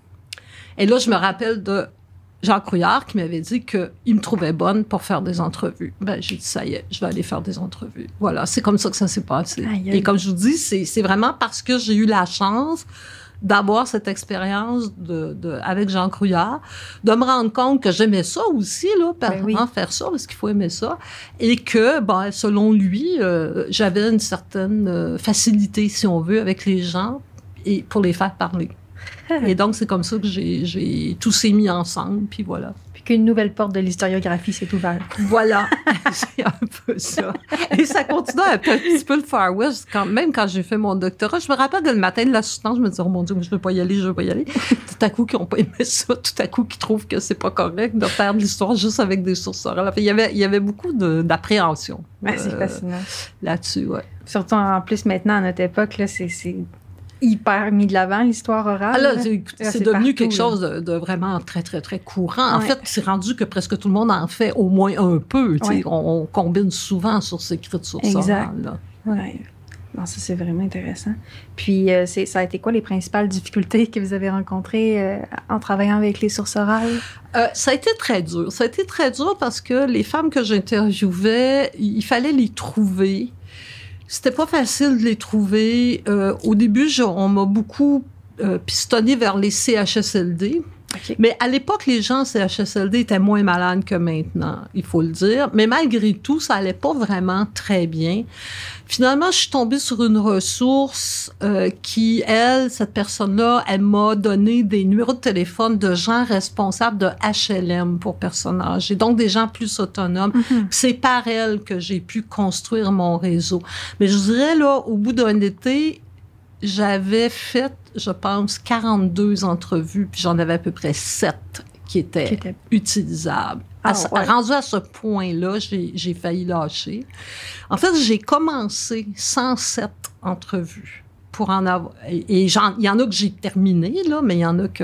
Et là, je me rappelle de Jacques Rouillard qui m'avait dit qu'il me trouvait bonne pour faire des entrevues. J'ai dit, ça y est, je vais aller faire des entrevues. Voilà, c'est comme ça que ça s'est passé. Aïe, aïe. Et comme je vous dis, c'est vraiment parce que j'ai eu la chance d'avoir cette expérience avec Jacques Rouillard, de me rendre compte que j'aimais ça aussi, là, faire ça, parce qu'il faut aimer ça, et que, selon lui, j'avais une certaine facilité, si on veut, avec les gens et pour les faire parler. Et donc, c'est comme ça que tout s'est mis ensemble, puis voilà. Puis qu'une nouvelle porte de l'historiographie s'est ouverte. Voilà, c'est un peu ça. Et ça continue un petit peu le Far West, même quand j'ai fait mon doctorat. Je me rappelle que le matin de la soutenance, je me disais, oh mon Dieu, je ne veux pas y aller. Tout à coup, qui n'ont pas aimé ça, tout à coup, qui trouvent que c'est pas correct de faire de l'histoire juste avec des sources orales. Il y avait beaucoup d'appréhension. C'est fascinant. Là-dessus, ouais. Surtout, en plus, maintenant, à notre époque, là, c'est hyper mis de l'avant, l'histoire orale. Ah là, c'est devenu partout, quelque chose de vraiment très, très, très courant. En fait, c'est rendu que presque tout le monde en fait au moins un peu. Ouais. On combine souvent sur ces écritures orales. Oui. Bon, ça, c'est vraiment intéressant. Puis, ça a été quoi les principales difficultés que vous avez rencontrées en travaillant avec les sources orales? Ça a été très dur. Ça a été très dur parce que les femmes que j'interviewais, il fallait les trouver. C'était pas facile de les trouver. Au début, on m'a beaucoup pistonné vers les CHSLD. Okay. Mais à l'époque, les gens en CHSLD étaient moins malades que maintenant, il faut le dire. Mais malgré tout, ça allait pas vraiment très bien. Finalement, je suis tombée sur une ressource qui, cette personne-là, elle m'a donné des numéros de téléphone de gens responsables de HLM pour personnes âgées, donc des gens plus autonomes. Mm-hmm. C'est par elle que j'ai pu construire mon réseau. Mais je vous dirais, là, au bout d'un été, j'avais fait, je pense, 42 entrevues, puis j'en avais à peu près 7 qui étaient utilisables. Rendu à ce point-là, j'ai failli lâcher. En fait, j'ai commencé 107 entrevues pour en avoir... Et il y en a que j'ai terminé, là, mais il y en a que,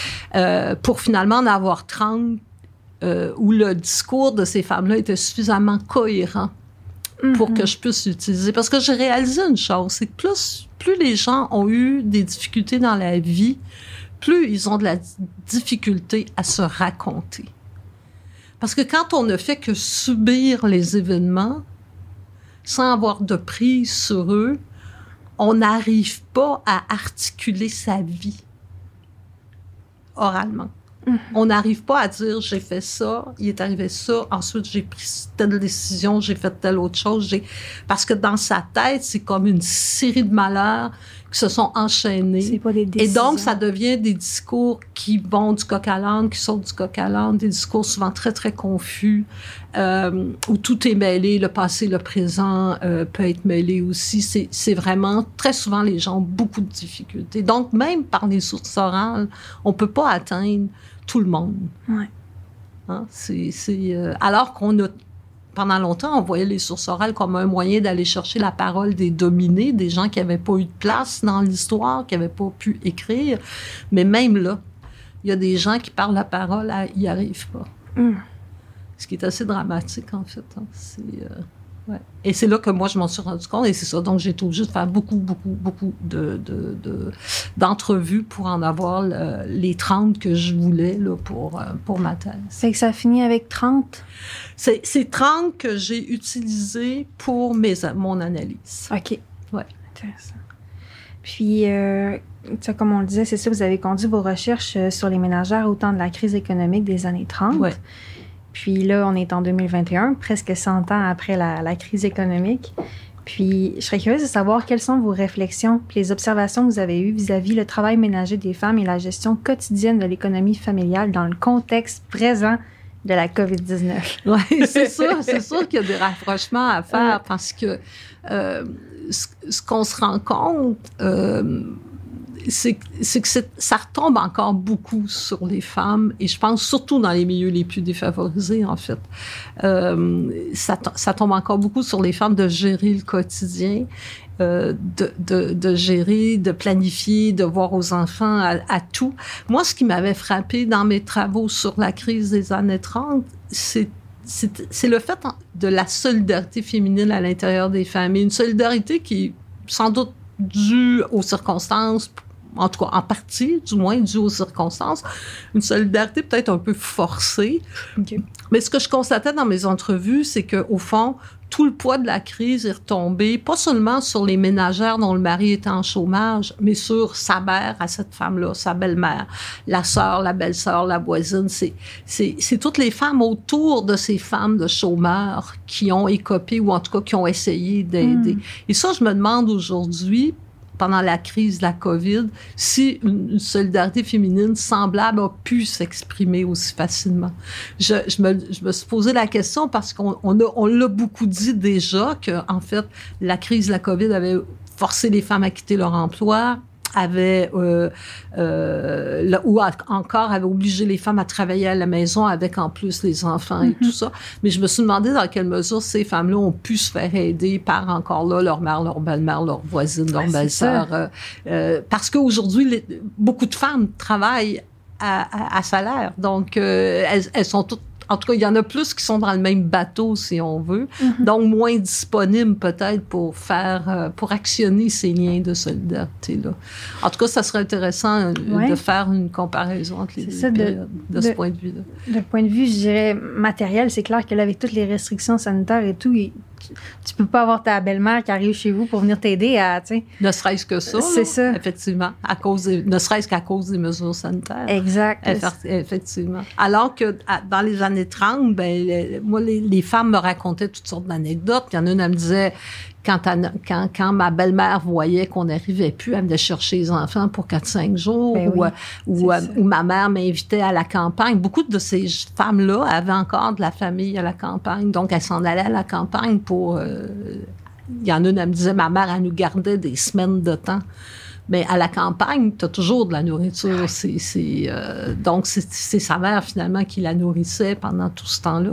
pour finalement en avoir 30 où le discours de ces femmes-là était suffisamment cohérent pour que je puisse l'utiliser. Parce que j'ai réalisé une chose, c'est que plus les gens ont eu des difficultés dans la vie, plus ils ont de la difficulté à se raconter. Parce que quand on ne fait que subir les événements, sans avoir de prise sur eux, on n'arrive pas à articuler sa vie oralement. On n'arrive pas à dire « j'ai fait ça, il est arrivé ça, ensuite j'ai pris telle décision, j'ai fait telle autre chose ». Parce que dans sa tête, c'est comme une série de malheurs qui se sont enchaînés. C'est pas des décisions. Et donc, ça devient des discours qui vont du coq à l'âne, qui sortent du coq à l'âne, des discours souvent très, très confus, où tout est mêlé, le passé, le présent peut être mêlé aussi. C'est vraiment, très souvent, les gens ont beaucoup de difficultés. Donc, même par les sources orales, on peut pas atteindre tout le monde. Ouais. Hein? Alors qu'on a... Pendant longtemps, on voyait les sources orales comme un moyen d'aller chercher la parole des dominés, des gens qui n'avaient pas eu de place dans l'histoire, qui n'avaient pas pu écrire. Mais même là, il y a des gens qui parlent la parole, ils n'y arrivent pas. ce qui est assez dramatique, en fait. Hein. Ouais. Et c'est là que moi, je m'en suis rendu compte, et c'est ça. Donc, j'ai été obligée de faire beaucoup d'entrevues pour en avoir les 30 que je voulais là, pour ma thèse. C'est que ça finit avec 30? C'est 30 que j'ai utilisés pour mon analyse. OK. Ouais. Intéressant. Puis, comme on le disait, c'est ça, vous avez conduit vos recherches sur les ménagères au temps de la crise économique des années 30. Ouais. Puis là, on est en 2021, presque 100 ans après la crise économique. Puis, je serais curieuse de savoir quelles sont vos réflexions, les observations que vous avez eues vis-à-vis le travail ménager des femmes et la gestion quotidienne de l'économie familiale dans le contexte présent de la COVID-19. Oui, c'est sûr qu'il y a des rapprochements à faire parce que ce qu'on se rend compte, c'est que ça retombe encore beaucoup sur les femmes, et je pense surtout dans les milieux les plus défavorisés, en fait. Ça tombe encore beaucoup sur les femmes de gérer le quotidien, de gérer, de planifier, de voir aux enfants à tout. Moi, ce qui m'avait frappé dans mes travaux sur la crise des années 30, c'est le fait de la solidarité féminine à l'intérieur des familles. Une solidarité qui est sans doute due aux circonstances, en tout cas en partie, du moins due aux circonstances. Une solidarité peut-être un peu forcée. Okay. Mais ce que je constatais dans mes entrevues, c'est qu'au fond, tout le poids de la crise est retombé, pas seulement sur les ménagères dont le mari était en chômage, mais sur sa mère à cette femme-là, sa belle-mère, la sœur, la belle-sœur, la voisine. C'est toutes les femmes autour de ces femmes de chômeurs qui ont écopé, ou en tout cas qui ont essayé d'aider. Et ça, je me demande aujourd'hui, pendant la crise de la COVID, si une solidarité féminine semblable a pu s'exprimer aussi facilement. Je me suis posé la question parce qu'on l'a beaucoup dit déjà qu'en fait, la crise de la COVID avait forcé les femmes à quitter leur emploi, ou encore avait obligé les femmes à travailler à la maison avec en plus les enfants et tout ça. Mais je me suis demandé dans quelle mesure ces femmes-là ont pu se faire aider par encore là leur mère, leur belle-mère, leur voisine, leur belle-sœur. Parce qu'aujourd'hui, beaucoup de femmes travaillent à salaire. Donc, elles sont toutes. En tout cas, il y en a plus qui sont dans le même bateau, si on veut, donc moins disponibles peut-être pour actionner ces liens de solidarité-là. En tout cas, ça serait intéressant de faire une comparaison entre les deux périodes de ce point de vue-là. De point de vue, je dirais, matériel, c'est clair que là, avec toutes les restrictions sanitaires et tout, tu peux pas avoir ta belle-mère qui arrive chez vous pour venir t'aider à, tu sais. Ne serait-ce que ça. C'est ça. Effectivement. Ne serait-ce qu'à cause des mesures sanitaires. Exact. Effectivement. Alors que dans les années 30, moi, les femmes me racontaient toutes sortes d'anecdotes. Il y en a une, elle me disait, quand ma belle-mère voyait qu'on n'arrivait plus, elle venait chercher les enfants pour 4-5 jours, ou ma mère m'invitait à la campagne. Beaucoup de ces femmes-là avaient encore de la famille à la campagne, donc elles s'en allaient à la campagne pour... il y en a une, elle me disait, ma mère, elle nous gardait des semaines de temps. Mais à la campagne, tu as toujours de la nourriture. Donc, c'est sa mère, finalement, qui la nourrissait pendant tout ce temps-là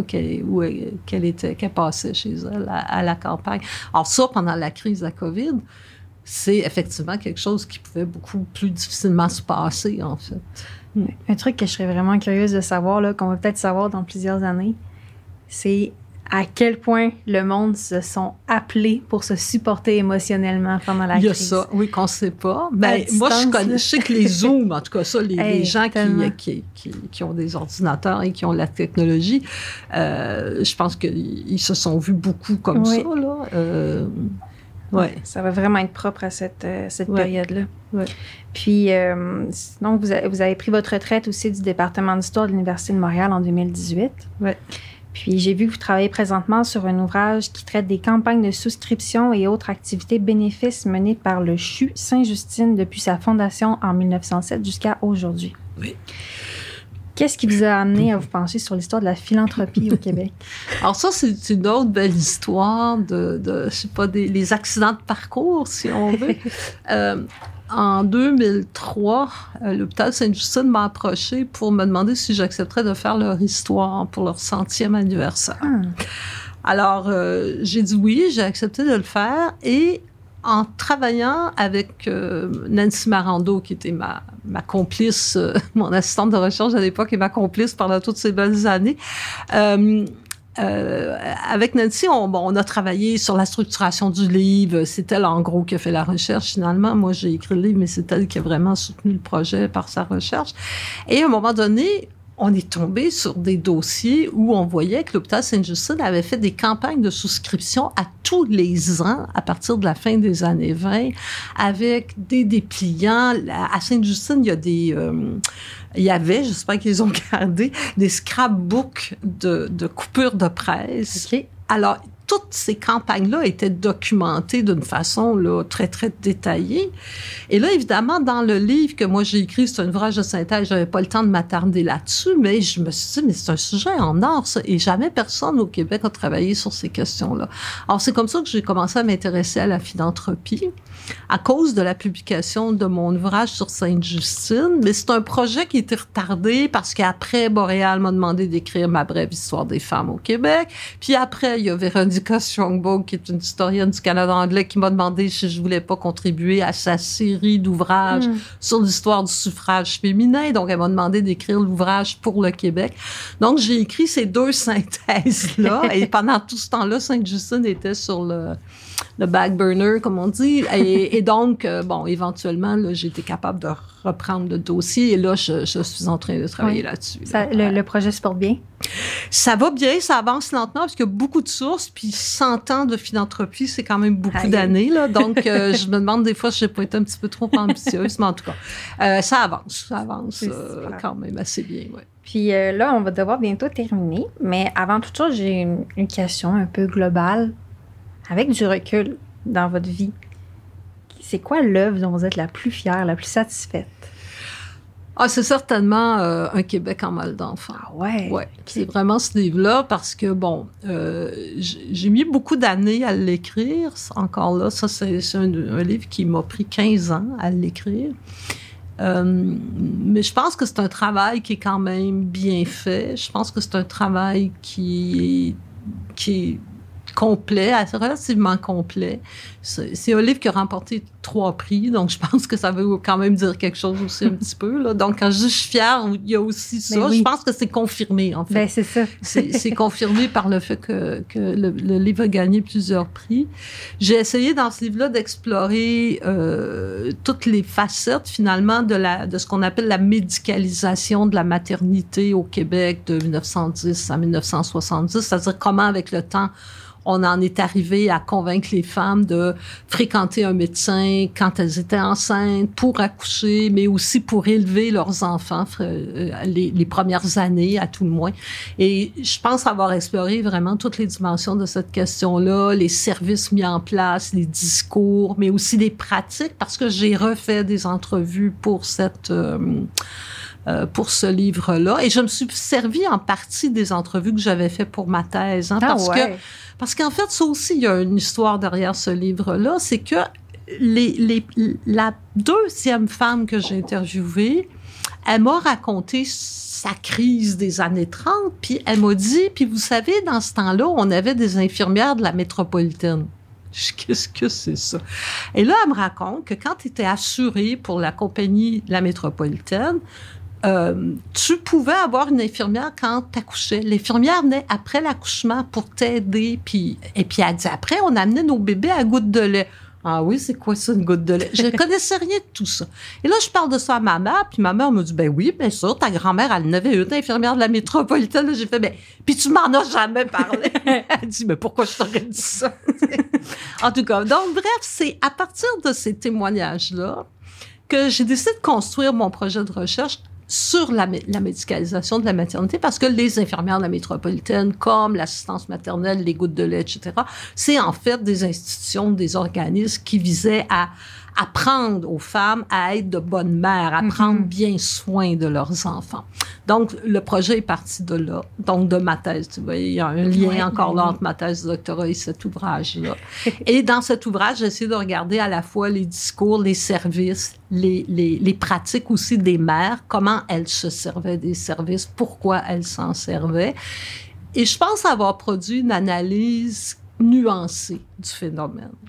qu'elle passait chez elle à la campagne. Alors ça, pendant la crise de la COVID, c'est effectivement quelque chose qui pouvait beaucoup plus difficilement se passer, en fait. Un truc que je serais vraiment curieuse de savoir, là, qu'on va peut-être savoir dans plusieurs années, c'est à quel point le monde se sont appelés pour se supporter émotionnellement pendant la crise. Il y a ça, oui, qu'on ne sait pas. Ben, moi, je sais que les Zooms, en tout cas ça, les gens qui ont des ordinateurs et qui ont la technologie, je pense qu'ils se sont vus beaucoup comme ça, là. Ouais. Ça va vraiment être propre à cette période-là. Ouais. Puis, sinon, vous avez pris votre retraite aussi du département d'histoire de l'Université de Montréal en 2018. Oui. Puis, j'ai vu que vous travaillez présentement sur un ouvrage qui traite des campagnes de souscription et autres activités bénéfices menées par le CHU Sainte-Justine depuis sa fondation en 1907 jusqu'à aujourd'hui. Oui. Qu'est-ce qui vous a amené à vous pencher sur l'histoire de la philanthropie au Québec? Alors ça, c'est une autre belle histoire de je sais pas, les accidents de parcours, si on veut. En 2003, l'hôpital Sainte-Justine m'a approché pour me demander si j'accepterais de faire leur histoire pour leur 100e anniversaire. Alors, j'ai dit oui, j'ai accepté de le faire, et en travaillant avec Nancy Marando, qui était ma complice, mon assistante de recherche à l'époque et ma complice pendant toutes ces belles années. Avec Nancy, on a travaillé sur la structuration du livre. C'est elle, en gros, qui a fait la recherche, finalement. Moi, j'ai écrit le livre, mais c'est elle qui a vraiment soutenu le projet par sa recherche. Et à un moment donné, on est tombé sur des dossiers où on voyait que l'hôpital Sainte-Justine avait fait des campagnes de souscription à tous les ans, à partir de la fin des années 20, avec des dépliants. À Sainte-Justine, il y avait, j'espère qu'ils ont gardé, des scrapbooks de coupures de presse. Okay. Alors, toutes ces campagnes-là étaient documentées d'une façon là, très, très détaillée. Et là, évidemment, dans le livre que moi j'ai écrit, c'est un ouvrage de synthèse, j'avais pas le temps de m'attarder là-dessus, mais je me suis dit, mais c'est un sujet en or, ça, et jamais personne au Québec a travaillé sur ces questions-là. Alors, c'est comme ça que j'ai commencé à m'intéresser à la philanthropie, à cause de la publication de mon ouvrage sur Sainte-Justine, mais c'est un projet qui a été retardé parce qu'après, Boréal m'a demandé d'écrire ma brève histoire des femmes au Québec, puis après, il y a Véronique Strongbow, qui est une historienne du Canada anglais, qui m'a demandé si je voulais pas contribuer à sa série d'ouvrages sur l'histoire du suffrage féminin. Donc, elle m'a demandé d'écrire l'ouvrage pour le Québec. Donc, j'ai écrit ces 2 synthèses-là. Et pendant tout ce temps-là, Sainte-Justine était sur le back burner, comme on dit. Et donc, éventuellement, là, j'ai été capable de reprendre le dossier. Et là, je suis en train de travailler là-dessus. Le projet se porte bien? Ça va bien, ça avance lentement parce qu'il y a beaucoup de sources, puis 100 ans de philanthropie, c'est quand même beaucoup d'années, là. Donc, je me demande des fois si j'ai pas été un petit peu trop ambitieuse, mais en tout cas, ça avance quand même assez bien, ouais. Puis là, on va devoir bientôt terminer, mais avant toute chose, j'ai une question un peu globale. Avec du recul dans votre vie, c'est quoi l'œuvre dont vous êtes la plus fière, la plus satisfaite? Ah, c'est certainement Un Québec en mal d'enfants. Ah ouais? Ouais, c'est vraiment ce livre-là parce que, j'ai mis beaucoup d'années à l'écrire. Encore là, ça, c'est un livre qui m'a pris 15 ans à l'écrire. Mais je pense que c'est un travail qui est quand même bien fait. Je pense que c'est un travail qui est complet, relativement complet. C'est un livre qui a remporté 3 prix, donc je pense que ça veut quand même dire quelque chose aussi un petit peu, là. Donc, quand je dis je suis fière, il y a aussi ça. Ben oui. Je pense que c'est confirmé, en fait. Ben, c'est ça. c'est confirmé par le fait que le livre a gagné plusieurs prix. J'ai essayé dans ce livre-là d'explorer toutes les facettes, finalement, de ce qu'on appelle la médicalisation de la maternité au Québec de 1910 à 1970, c'est-à-dire comment, avec le temps, on en est arrivé à convaincre les femmes de fréquenter un médecin quand elles étaient enceintes pour accoucher, mais aussi pour élever leurs enfants les premières années, à tout le moins. Et je pense avoir exploré vraiment toutes les dimensions de cette question-là, les services mis en place, les discours, mais aussi les pratiques, parce que j'ai refait des entrevues pour pour ce livre-là. Et je me suis servi en partie des entrevues que j'avais fait pour ma thèse, parce qu'en fait, ça aussi, il y a une histoire derrière ce livre-là, c'est que la deuxième femme que j'ai interviewée, elle m'a raconté sa crise des années 30, puis elle m'a dit, puis vous savez, dans ce temps-là, on avait des infirmières de la métropolitaine. Qu'est-ce que c'est ça? Et là, elle me raconte que quand tu étais assurée pour la compagnie de la métropolitaine, tu pouvais avoir une infirmière quand tu accouchais. L'infirmière venait après l'accouchement pour t'aider. Et puis elle dit, après, on amenait nos bébés à goutte de lait. Ah oui, c'est quoi ça, une goutte de lait? Je ne connaissais rien de tout ça. Et là, je parle de ça à ma mère, puis ma mère me dit, ben oui, bien sûr, ta grand-mère, elle en avait une infirmière de la métropolitaine. Là, j'ai fait, puis tu m'en as jamais parlé. Elle dit, mais pourquoi je t'aurais dit ça? En tout cas, donc bref, c'est à partir de ces témoignages-là que j'ai décidé de construire mon projet de recherche sur la médicalisation de la maternité, parce que les infirmières de la métropolitaine, comme l'assistance maternelle, les gouttes de lait, etc., c'est en fait des institutions, des organismes qui visaient à apprendre aux femmes à être de bonnes mères, à prendre bien soin de leurs enfants. Donc, le projet est parti de là, donc de ma thèse. Tu vois, il y a un lien là entre ma thèse de doctorat et cet ouvrage-là. Et dans cet ouvrage, j'ai essayé de regarder à la fois les discours, les services, les pratiques aussi des mères, comment elles se servaient des services, pourquoi elles s'en servaient. Et je pense avoir produit une analyse nuancée du phénomène.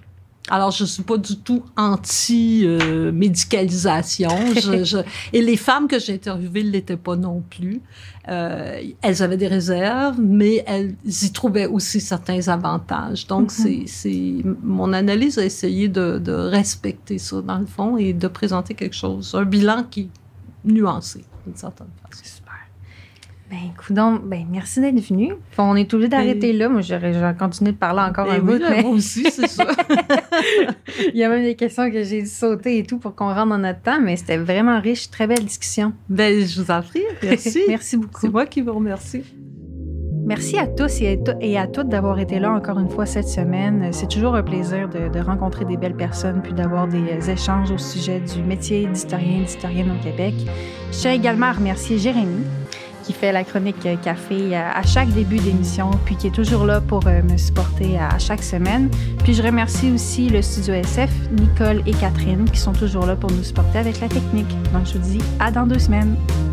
Alors, je suis pas du tout anti-médicalisation. Et les femmes que j'ai interviewées ne l'étaient pas non plus. Elles avaient des réserves, mais elles y trouvaient aussi certains avantages. Donc, mon analyse a essayé de respecter ça, dans le fond, et de présenter quelque chose, un bilan qui est nuancé, d'une certaine façon. Super. Coudonc, merci d'être venu. On est obligé d'arrêter là. Moi, j'aurais continué de parler encore un bout. Mais moi aussi, c'est ça. Il y a même des questions que j'ai dû sauter et tout pour qu'on rentre dans notre temps, mais c'était vraiment riche. Très belle discussion. Je vous en prie. Merci. Merci beaucoup. C'est moi qui vous remercie. Merci à tous et à toutes d'avoir été là encore une fois cette semaine. C'est toujours un plaisir de rencontrer des belles personnes puis d'avoir des échanges au sujet du métier d'historienne au Québec. Je tiens également à remercier Jérémy, qui fait la chronique café à chaque début d'émission, puis qui est toujours là pour me supporter à chaque semaine. Puis je remercie aussi le Studio SF, Nicole et Catherine, qui sont toujours là pour nous supporter avec la technique. Donc je vous dis à dans 2 semaines.